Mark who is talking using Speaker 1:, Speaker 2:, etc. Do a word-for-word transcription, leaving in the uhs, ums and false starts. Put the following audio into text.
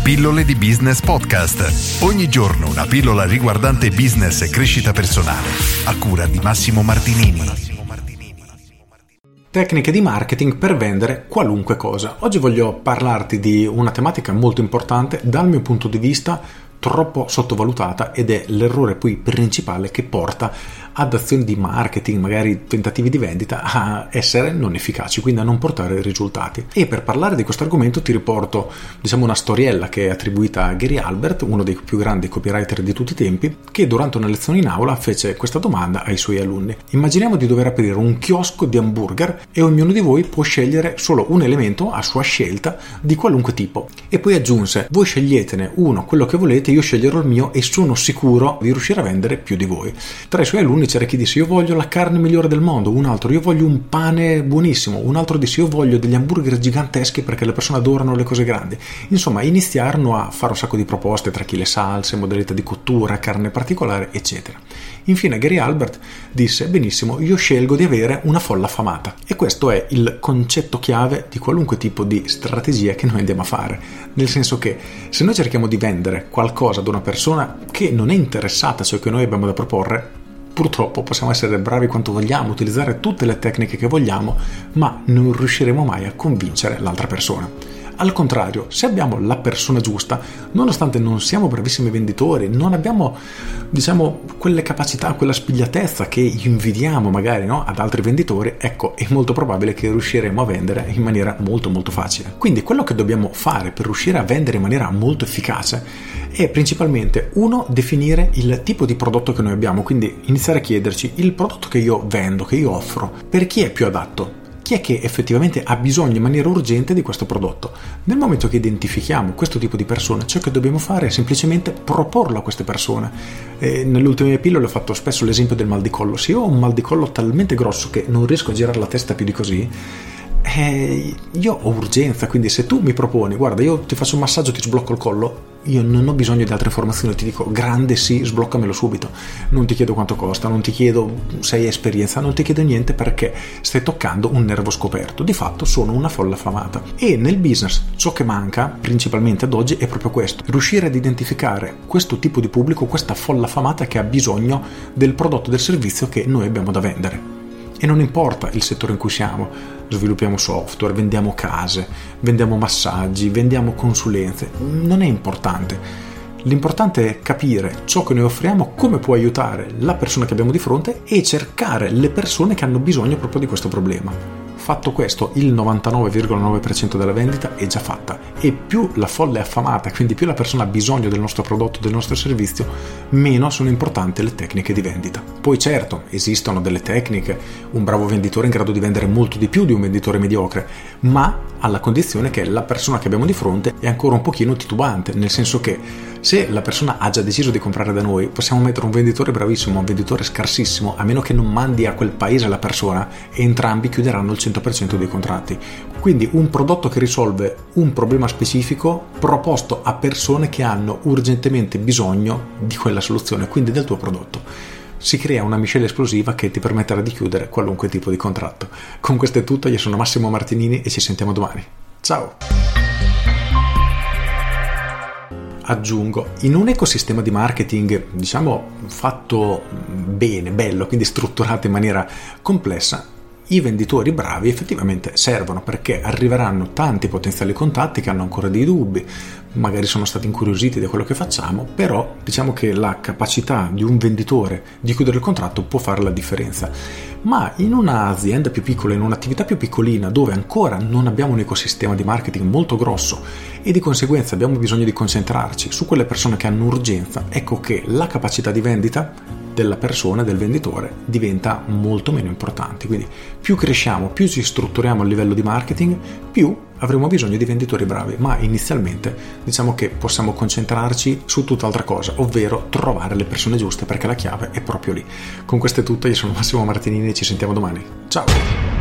Speaker 1: Pillole di Business Podcast. Ogni giorno una pillola riguardante business e crescita personale. A cura di Massimo Martinini.
Speaker 2: Tecniche di marketing per vendere qualunque cosa. Oggi voglio parlarti di una tematica molto importante, dal mio punto di vista troppo sottovalutata, ed è l'errore poi principale che porta ad azioni di marketing, magari tentativi di vendita, a essere non efficaci, quindi a non portare risultati. E per parlare di questo argomento ti riporto, diciamo, una storiella che è attribuita a Gary Halbert, uno dei più grandi copywriter di tutti i tempi, che durante una lezione in aula fece questa domanda ai suoi alunni: immaginiamo di dover aprire un chiosco di hamburger e ognuno di voi può scegliere solo un elemento a sua scelta di qualunque tipo. E poi aggiunse: voi sceglietene uno, quello che volete, io sceglierò il mio e sono sicuro di riuscire a vendere più di voi. Tra i suoi alunni c'era chi disse: io voglio la carne migliore del mondo, un altro io voglio un pane buonissimo, un altro disse: io voglio degli hamburger giganteschi perché le persone adorano le cose grandi. Insomma, iniziarono a fare un sacco di proposte tra chi le salse, modalità di cottura, carne particolare, eccetera. Infine Gary Halbert disse: benissimo, io scelgo di avere una folla affamata. E questo è il concetto chiave di qualunque tipo di strategia che noi andiamo a fare, nel senso che se noi cerchiamo di vendere qualcosa ad una persona che non è interessata a ciò che noi abbiamo da proporre, purtroppo possiamo essere bravi quanto vogliamo, utilizzare tutte le tecniche che vogliamo, ma non riusciremo mai a convincere l'altra persona. Al contrario, se abbiamo la persona giusta, nonostante non siamo bravissimi venditori, non abbiamo, diciamo, quelle capacità, quella spigliatezza che invidiamo magari, no, ad altri venditori, ecco, è molto probabile che riusciremo a vendere in maniera molto molto facile. Quindi quello che dobbiamo fare per riuscire a vendere in maniera molto efficace è principalmente, uno, definire il tipo di prodotto che noi abbiamo, quindi iniziare a chiederci: il prodotto che io vendo, che io offro, per chi è più adatto? Chi è che effettivamente ha bisogno in maniera urgente di questo prodotto? Nel momento che identifichiamo questo tipo di persone, ciò che dobbiamo fare è semplicemente proporlo a queste persone. E nelle ultime pillole ho fatto spesso l'esempio del mal di collo. Se io ho un mal di collo talmente grosso che non riesco a girare la testa più di così, eh, io ho urgenza, quindi se tu mi proponi: guarda, io ti faccio un massaggio, ti sblocco il collo, io non ho bisogno di altre informazioni, ti dico: grande sì, sbloccamelo subito. Non ti chiedo quanto costa, non ti chiedo se hai esperienza, non ti chiedo niente, perché stai toccando un nervo scoperto. Di fatto sono una folla affamata. E nel business ciò che manca principalmente ad oggi è proprio questo: riuscire ad identificare questo tipo di pubblico, questa folla affamata che ha bisogno del prodotto, del servizio che noi abbiamo da vendere. E non importa il settore in cui siamo, sviluppiamo software, vendiamo case, vendiamo massaggi, vendiamo consulenze, non è importante. L'importante è capire ciò che noi offriamo, come può aiutare la persona che abbiamo di fronte, e cercare le persone che hanno bisogno proprio di questo problema. Fatto questo, il novantanove virgola nove per cento della vendita è già fatta, e più la folla è affamata, quindi più la persona ha bisogno del nostro prodotto, del nostro servizio, meno sono importanti le tecniche di vendita. Poi certo, esistono delle tecniche, un bravo venditore è in grado di vendere molto di più di un venditore mediocre, ma alla condizione che la persona che abbiamo di fronte è ancora un pochino titubante, nel senso che se la persona ha già deciso di comprare da noi, possiamo mettere un venditore bravissimo, un venditore scarsissimo, a meno che non mandi a quel paese la persona, e entrambi chiuderanno il cento per cento dei contratti. Quindi un prodotto che risolve un problema specifico proposto a persone che hanno urgentemente bisogno di quella soluzione, quindi del tuo prodotto. Si crea una miscela esplosiva che ti permetterà di chiudere qualunque tipo di contratto. Con questo è tutto, io sono Massimo Martinini e ci sentiamo domani. Ciao! Aggiungo, in un ecosistema di marketing, diciamo, fatto bene, bello, quindi strutturato in maniera complessa, i venditori bravi effettivamente servono, perché arriveranno tanti potenziali contatti che hanno ancora dei dubbi, magari sono stati incuriositi da quello che facciamo, però diciamo che la capacità di un venditore di chiudere il contratto può fare la differenza. Ma in un'azienda più piccola, in un'attività più piccolina, dove ancora non abbiamo un ecosistema di marketing molto grosso e di conseguenza abbiamo bisogno di concentrarci su quelle persone che hanno urgenza, ecco che la capacità di vendita della persona, del venditore, diventa molto meno importante. Quindi più cresciamo, più ci strutturiamo a livello di marketing, più avremo bisogno di venditori bravi, ma inizialmente diciamo che possiamo concentrarci su tutt'altra cosa, ovvero trovare le persone giuste, perché la chiave è proprio lì. Con questo è tutto, io sono Massimo Martinini e ci sentiamo domani. Ciao!